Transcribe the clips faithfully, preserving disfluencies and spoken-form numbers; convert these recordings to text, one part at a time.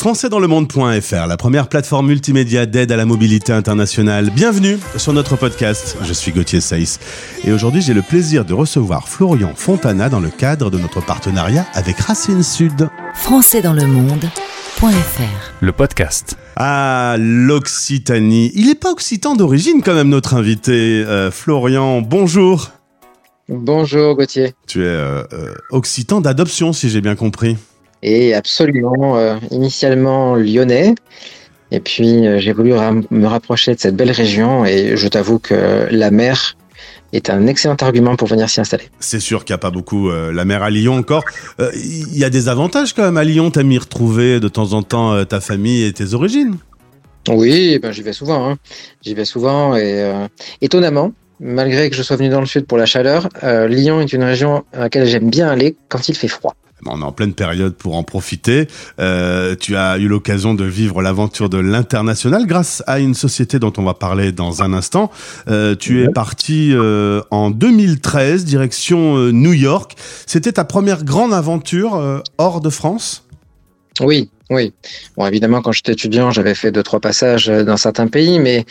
français dans le monde point f r, la première plateforme multimédia d'aide à la mobilité internationale. Bienvenue sur notre podcast. Je suis Gauthier Saïs et aujourd'hui j'ai le plaisir de recevoir Florian Fontana dans le cadre de notre partenariat avec Racine Sud. français dans le monde point f r. Le podcast. Ah, l'Occitanie. Il n'est pas occitan d'origine quand même notre invité. Euh, Florian, bonjour. Bonjour Gauthier. Tu es euh, euh, occitan d'adoption si j'ai bien compris. Et absolument, euh, initialement lyonnais. Et puis euh, j'ai voulu ra- me rapprocher de cette belle région et je t'avoue que la mer est un excellent argument pour venir s'y installer. C'est sûr qu'il n'y a pas beaucoup euh, la mer à Lyon encore. Il euh, y a des avantages quand même à Lyon. T'aimes y retrouver de temps en temps euh, ta famille et tes origines. Oui, ben, j'y vais souvent. Hein. J'y vais souvent et euh, étonnamment, malgré que je sois venu dans le sud pour la chaleur, euh, Lyon est une région à laquelle j'aime bien aller quand il fait froid. On est en pleine période pour en profiter. Euh, tu as eu l'occasion de vivre l'aventure de l'international grâce à une société dont on va parler dans un instant. Euh, tu ouais. es parti euh, en deux mille treize, direction euh, New York. C'était ta première grande aventure euh, hors de France ? Oui, oui. Bon, évidemment, quand j'étais étudiant, j'avais fait deux, trois passages dans certains pays, mais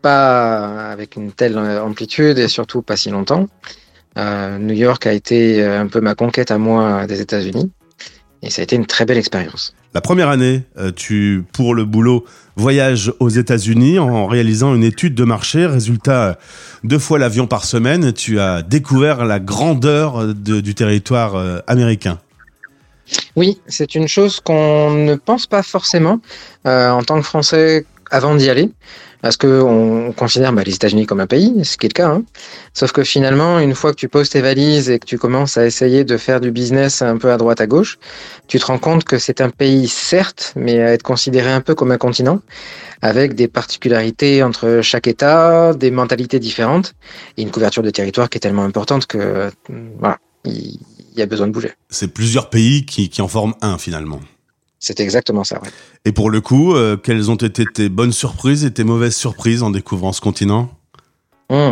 pas avec une telle amplitude et surtout pas si longtemps. Euh, New York a été un peu ma conquête à moi des États-Unis et ça a été une très belle expérience. La première année, euh, tu, pour le boulot, voyages aux États-Unis en réalisant une étude de marché. Résultat, deux fois l'avion par semaine, tu as découvert la grandeur de, du territoire euh, américain. Oui, c'est une chose qu'on ne pense pas forcément euh, en tant que Français avant d'y aller. Parce qu'on considère bah, les États-Unis comme un pays, ce qui est le cas. Hein. Sauf que finalement, une fois que tu poses tes valises et que tu commences à essayer de faire du business un peu à droite à gauche, tu te rends compte que c'est un pays, certes, mais à être considéré un peu comme un continent, avec des particularités entre chaque État, des mentalités différentes, et une couverture de territoire qui est tellement importante que voilà, il y a besoin de bouger. C'est plusieurs pays qui, qui en forment un finalement. C'est exactement ça, ouais. Et pour le coup, euh, quelles ont été tes bonnes surprises et tes mauvaises surprises en découvrant ce continent ? mmh.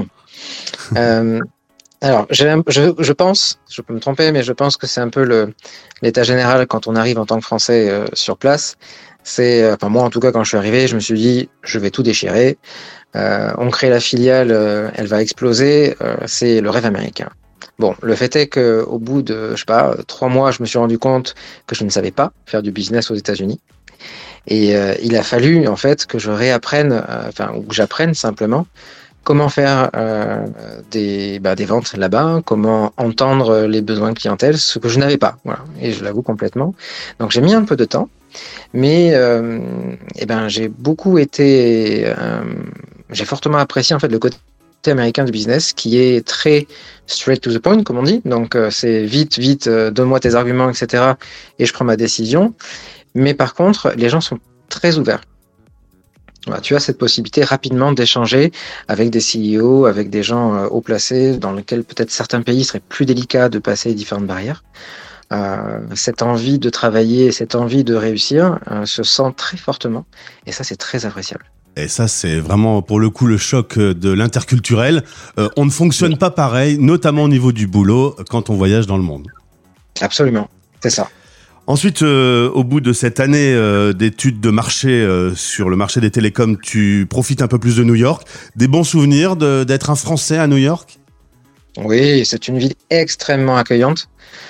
euh, Alors, je, je, je pense, je peux me tromper, mais je pense que c'est un peu le, l'état général quand on arrive en tant que Français euh, sur place. C'est, enfin moi en tout cas, quand je suis arrivé, je me suis dit, je vais tout déchirer. Euh, on crée la filiale, euh, elle va exploser. Euh, c'est le rêve américain. Bon, le fait est qu'au bout de, je sais pas, trois mois, je me suis rendu compte que je ne savais pas faire du business aux États-Unis. Et euh, il a fallu, en fait, que je réapprenne, euh, enfin, ou que j'apprenne simplement comment faire euh, des, bah, des ventes là-bas, comment entendre les besoins clientèle, ce que je n'avais pas. Voilà. Et je l'avoue complètement. Donc, j'ai mis un peu de temps, mais euh, eh ben, j'ai beaucoup été, euh, j'ai fortement apprécié, en fait, le côté américain du business qui est très straight to the point comme on dit, donc euh, c'est vite vite euh, donne-moi tes arguments etc et je prends ma décision, mais par contre les gens sont très ouverts. Voilà, tu as cette possibilité rapidement d'échanger avec des C E O, avec des gens euh, haut placés dans lesquels peut-être certains pays seraient plus délicats de passer différentes barrières. Euh, cette envie de travailler, cette envie de réussir euh, se sent très fortement et ça c'est très appréciable. Et ça, c'est vraiment, pour le coup, le choc de l'interculturel. Euh, on ne fonctionne pas pareil, notamment au niveau du boulot, quand on voyage dans le monde. Absolument, c'est ça. Ensuite, euh, au bout de cette année euh, d'études de marché euh, sur le marché des télécoms, tu profites un peu plus de New York. Des bons souvenirs de, d'être un Français à New York ? Oui, c'est une ville extrêmement accueillante.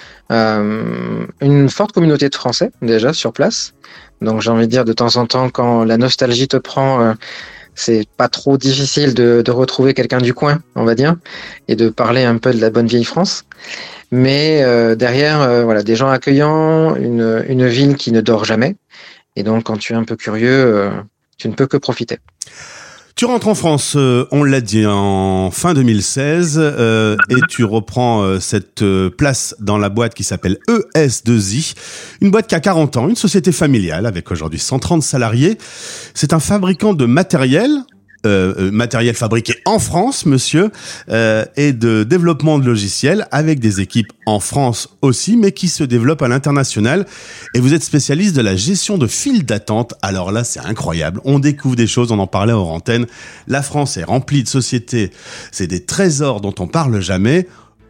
Euh, une forte communauté de Français, déjà, sur place. Donc j'ai envie de dire, de temps en temps, quand la nostalgie te prend, euh, c'est pas trop difficile de, de retrouver quelqu'un du coin, on va dire, et de parler un peu de la bonne vieille France. Mais euh, derrière, euh, voilà, des gens accueillants, une, une ville qui ne dort jamais. Et donc quand tu es un peu curieux, euh, tu ne peux que profiter. Tu rentres en France, euh, on l'a dit, en fin deux mille seize, euh, et tu reprends euh, cette euh, place dans la boîte qui s'appelle E S deux I, une boîte qui a quarante ans, une société familiale avec aujourd'hui cent trente salariés. C'est un fabricant de matériel, euh, matériel fabriqué en France, monsieur, euh, et de développement de logiciels avec des équipes en France aussi, mais qui se développent à l'international. Et vous êtes spécialiste de la gestion de files d'attente. Alors là, c'est incroyable. On découvre des choses, on en parlait hors antenne. La France est remplie de sociétés. C'est des trésors dont on parle jamais.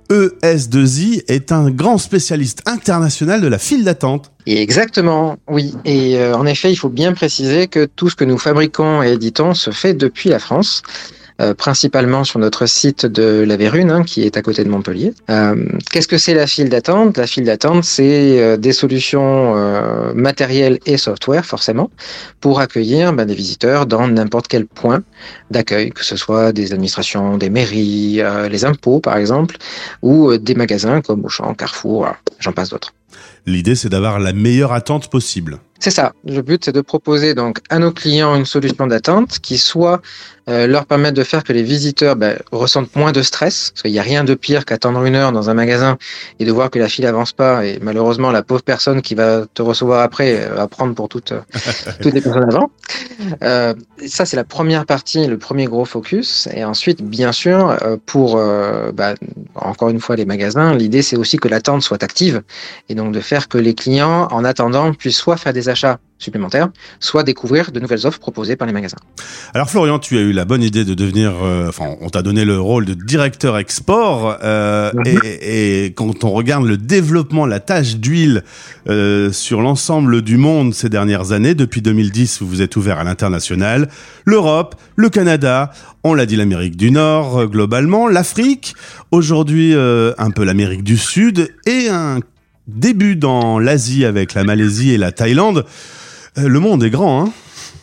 E S deux I est un grand spécialiste international de la file d'attente. Et exactement, oui. Et euh, en effet, il faut bien préciser que tout ce que nous fabriquons et éditons se fait depuis la France. Euh, principalement sur notre site de la Vérune, hein, qui est à côté de Montpellier. Euh, qu'est-ce que c'est la file d'attente ? La file d'attente, c'est euh, des solutions euh, matérielles et software, forcément, pour accueillir ben, des visiteurs dans n'importe quel point d'accueil, que ce soit des administrations, des mairies, euh, les impôts, par exemple, ou euh, des magasins comme Auchan, Carrefour, j'en passe d'autres. L'idée, c'est d'avoir la meilleure attente possible. C'est ça. Le but, c'est de proposer donc à nos clients une solution d'attente qui soit euh, leur permette de faire que les visiteurs ben, ressentent moins de stress. Parce qu'il n'y a rien de pire qu'attendre une heure dans un magasin et de voir que la file avance pas. Et malheureusement, la pauvre personne qui va te recevoir après va prendre pour toutes, toutes les personnes avant. Euh, ça, c'est la première partie, le premier gros focus. Et ensuite, bien sûr, euh, pour, euh, bah, encore une fois, les magasins, l'idée, c'est aussi que l'attente soit active. Et donc, de faire que les clients, en attendant, puissent soit faire des achats supplémentaires, soit découvrir de nouvelles offres proposées par les magasins. Alors Florian, tu as eu la bonne idée de devenir, euh, enfin, on t'a donné le rôle de directeur export, euh, mm-hmm. et, et quand on regarde le développement, la tâche d'huile euh, sur l'ensemble du monde ces dernières années, depuis deux mille dix, vous vous êtes ouvert à l'international, l'Europe, le Canada, on l'a dit l'Amérique du Nord euh, globalement, l'Afrique, aujourd'hui euh, un peu l'Amérique du Sud et un début dans l'Asie avec la Malaisie et la Thaïlande. Euh, le monde est grand, hein ?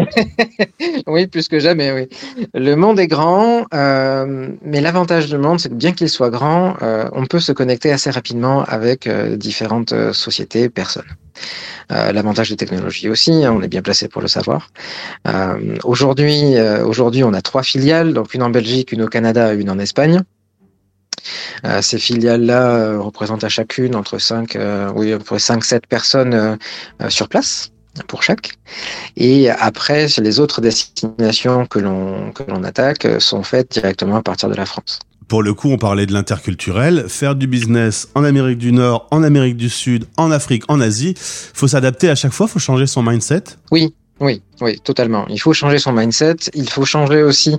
Oui, plus que jamais, oui. Le monde est grand, euh, mais l'avantage du monde, c'est que bien qu'il soit grand, euh, on peut se connecter assez rapidement avec euh, différentes euh, sociétés, personnes. Euh, l'avantage des technologies aussi, hein, on est bien placé pour le savoir. Euh, aujourd'hui, euh, aujourd'hui, on a trois filiales, donc une en Belgique, une au Canada et une en Espagne. Euh, ces filiales-là euh, représentent à chacune entre cinq, euh, oui, entre cinq sept personnes euh, euh, sur place pour chaque. Et après, les autres destinations que l'on que l'on attaque sont faites directement à partir de la France. Pour le coup, on parlait de l'interculturel, faire du business en Amérique du Nord, en Amérique du Sud, en Afrique, en Asie, faut s'adapter à chaque fois, faut changer son mindset. Oui. Oui, oui, totalement. Il faut changer son mindset. Il faut changer aussi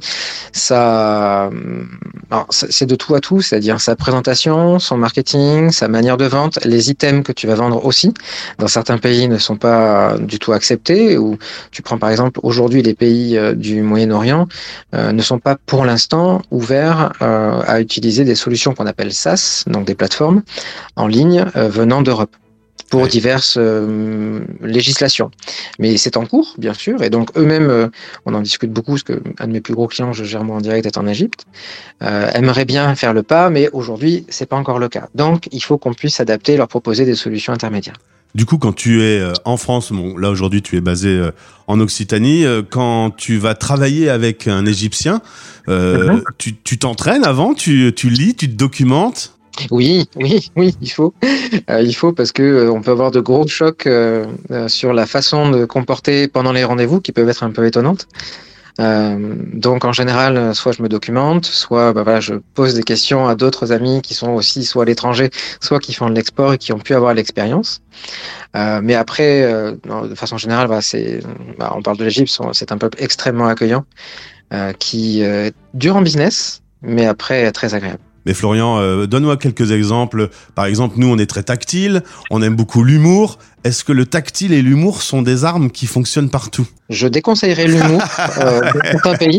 sa. Alors, c'est de tout à tout, c'est-à-dire sa présentation, son marketing, sa manière de vente, les items que tu vas vendre aussi. Dans certains pays, ne sont pas du tout acceptés. Ou tu prends par exemple aujourd'hui les pays du Moyen-Orient euh, ne sont pas pour l'instant ouverts euh, à utiliser des solutions qu'on appelle SaaS, donc des plateformes en ligne euh, venant d'Europe, pour ouais. diverses euh, législations. Mais c'est en cours, bien sûr, et donc eux-mêmes, euh, on en discute beaucoup, parce que un de mes plus gros clients, je gère moi en direct, est en Égypte, euh, aimerait bien faire le pas, mais aujourd'hui, c'est pas encore le cas. Donc, il faut qu'on puisse s'adapter et leur proposer des solutions intermédiaires. Du coup, quand tu es en France, bon, là aujourd'hui tu es basé en Occitanie, quand tu vas travailler avec un Égyptien, euh, mm-hmm. tu, tu t'entraînes avant, tu, tu lis, tu te documentes ? Oui, oui, oui, il faut. Euh, il faut parce que euh, on peut avoir de gros chocs euh, euh, sur la façon de comporter pendant les rendez-vous qui peuvent être un peu étonnantes. Euh, donc en général, soit je me documente, soit bah, voilà, je pose des questions à d'autres amis qui sont aussi soit à l'étranger, soit qui font de l'export et qui ont pu avoir l'expérience. Euh, mais après, euh, non, de façon générale, bah, c'est, bah, on parle de l'Égypte, c'est un peuple extrêmement accueillant, euh, qui euh, est dur en business, mais après très agréable. Mais Florian, euh, donne-moi quelques exemples. Par exemple, nous, on est très tactile, on aime beaucoup l'humour. Est-ce que le tactile et l'humour sont des armes qui fonctionnent partout ? Je déconseillerais l'humour euh, dans certains pays.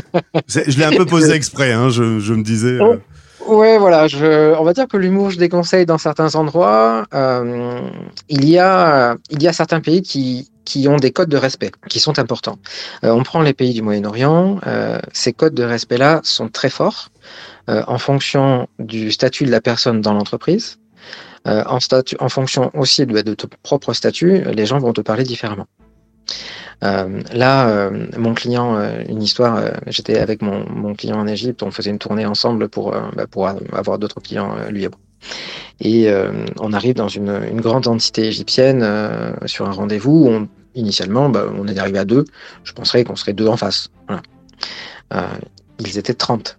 Je l'ai un peu posé exprès, hein, je, je me disais... Euh... Ouais, voilà. Je, on va dire que l'humour, je déconseille dans certains endroits. Euh, il y a, il y a certains pays qui qui ont des codes de respect qui sont importants. Euh, on prend les pays du Moyen-Orient. Euh, ces codes de respect-là sont très forts euh, en fonction du statut de la personne dans l'entreprise. Euh, en, statut, en fonction aussi de, de ton propre statut, les gens vont te parler différemment. Euh, là, euh, mon client, euh, une histoire, euh, j'étais avec mon, mon client en Égypte, on faisait une tournée ensemble pour, euh, bah, pour avoir d'autres clients, euh, lui et moi. Et euh, on arrive dans une, une grande entité égyptienne euh, sur un rendez-vous. On, initialement, bah, on est arrivé à deux. Je penserais qu'on serait deux en face. Voilà. Euh, ils étaient trente.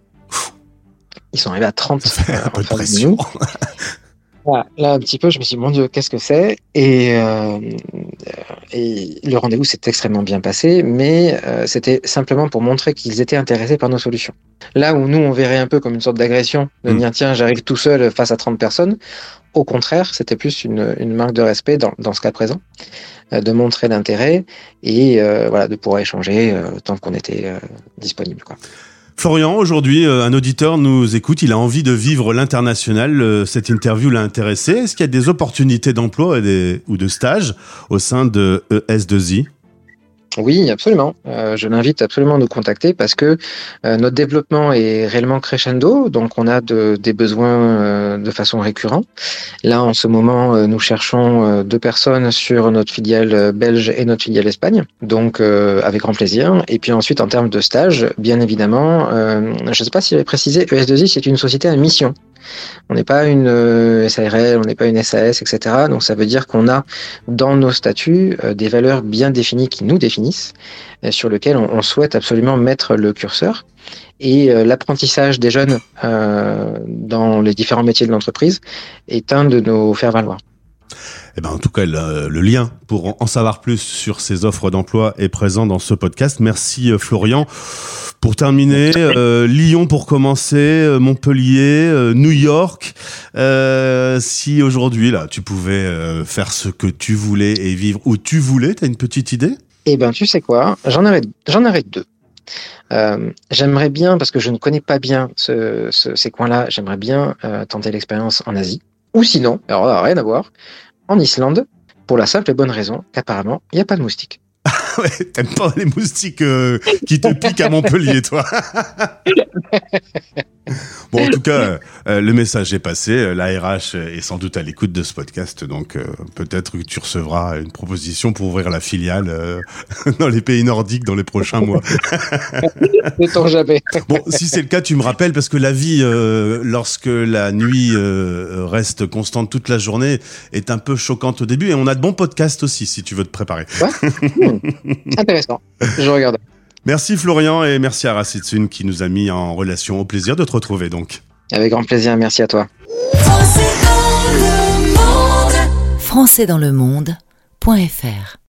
Ils sont arrivés à trente. Ça fait euh, un peu de pression. Voilà, là, un petit peu, je me suis dit, mon Dieu, qu'est-ce que c'est ? Et, euh, et le rendez-vous s'est extrêmement bien passé, mais euh, c'était simplement pour montrer qu'ils étaient intéressés par nos solutions. Là où nous, on verrait un peu comme une sorte d'agression, de mmh. dire tiens, j'arrive tout seul face à trente personnes, au contraire, c'était plus une, une marque de respect dans, dans ce cas présent, euh, de montrer l'intérêt et euh, voilà, de pouvoir échanger euh, tant qu'on était euh, disponible, quoi. Florian, aujourd'hui, un auditeur nous écoute, il a envie de vivre l'international. Cette interview l'a intéressé. Est-ce qu'il y a des opportunités d'emploi et des, ou de stage au sein de E S deux I ? Oui, absolument. Euh, je l'invite absolument à nous contacter parce que euh, notre développement est réellement crescendo, donc on a de, des besoins euh, de façon récurrente. Là, en ce moment, euh, nous cherchons euh, deux personnes sur notre filiale belge et notre filiale Espagne, donc euh, avec grand plaisir. Et puis ensuite, en termes de stage, bien évidemment, euh, je ne sais pas si j'avais précisé, E S deux I, c'est une société à mission. On n'est pas une euh, S A R L, on n'est pas une S A S, et cetera. Donc ça veut dire qu'on a dans nos statuts euh, des valeurs bien définies qui nous définissent, euh, sur lesquelles on, on souhaite absolument mettre le curseur. Et euh, l'apprentissage des jeunes euh, dans les différents métiers de l'entreprise est un de nos faire-valoir. Eh ben, en tout cas, le, le lien pour en savoir plus sur ces offres d'emploi est présent dans ce podcast. Merci Florian. Pour terminer, euh, Lyon pour commencer, euh, Montpellier, euh, New York. Euh, si aujourd'hui, là, tu pouvais euh, faire ce que tu voulais et vivre où tu voulais, t'as une petite idée ? Eh ben, tu sais quoi ? J'en aurais, j'en aurais deux. Euh, j'aimerais bien, parce que je ne connais pas bien ce, ce, ces coins-là, j'aimerais bien euh, tenter l'expérience en Asie. Ou sinon, alors là, rien à voir, en Islande, pour la simple et bonne raison qu'apparemment, il n'y a pas de moustiques. Ouais, t'aimes pas les moustiques euh, qui te piquent à Montpellier, toi. Bon, en tout cas, euh, le message est passé. La R H est sans doute à l'écoute de ce podcast, donc euh, peut-être que tu recevras une proposition pour ouvrir la filiale euh, dans les pays nordiques dans les prochains mois. Ne t'en jamais. Bon, si c'est le cas, tu me rappelles, parce que la vie, euh, lorsque la nuit euh, reste constante toute la journée, est un peu choquante au début. Et on a de bons podcasts aussi, si tu veux te préparer. Ouais. Mmh. Intéressant. Je regarde. Merci Florian et merci à Racitune qui nous a mis en relation. Au plaisir de te retrouver donc. Avec grand plaisir, merci à toi. Français dans le monde. Français dans le monde point F R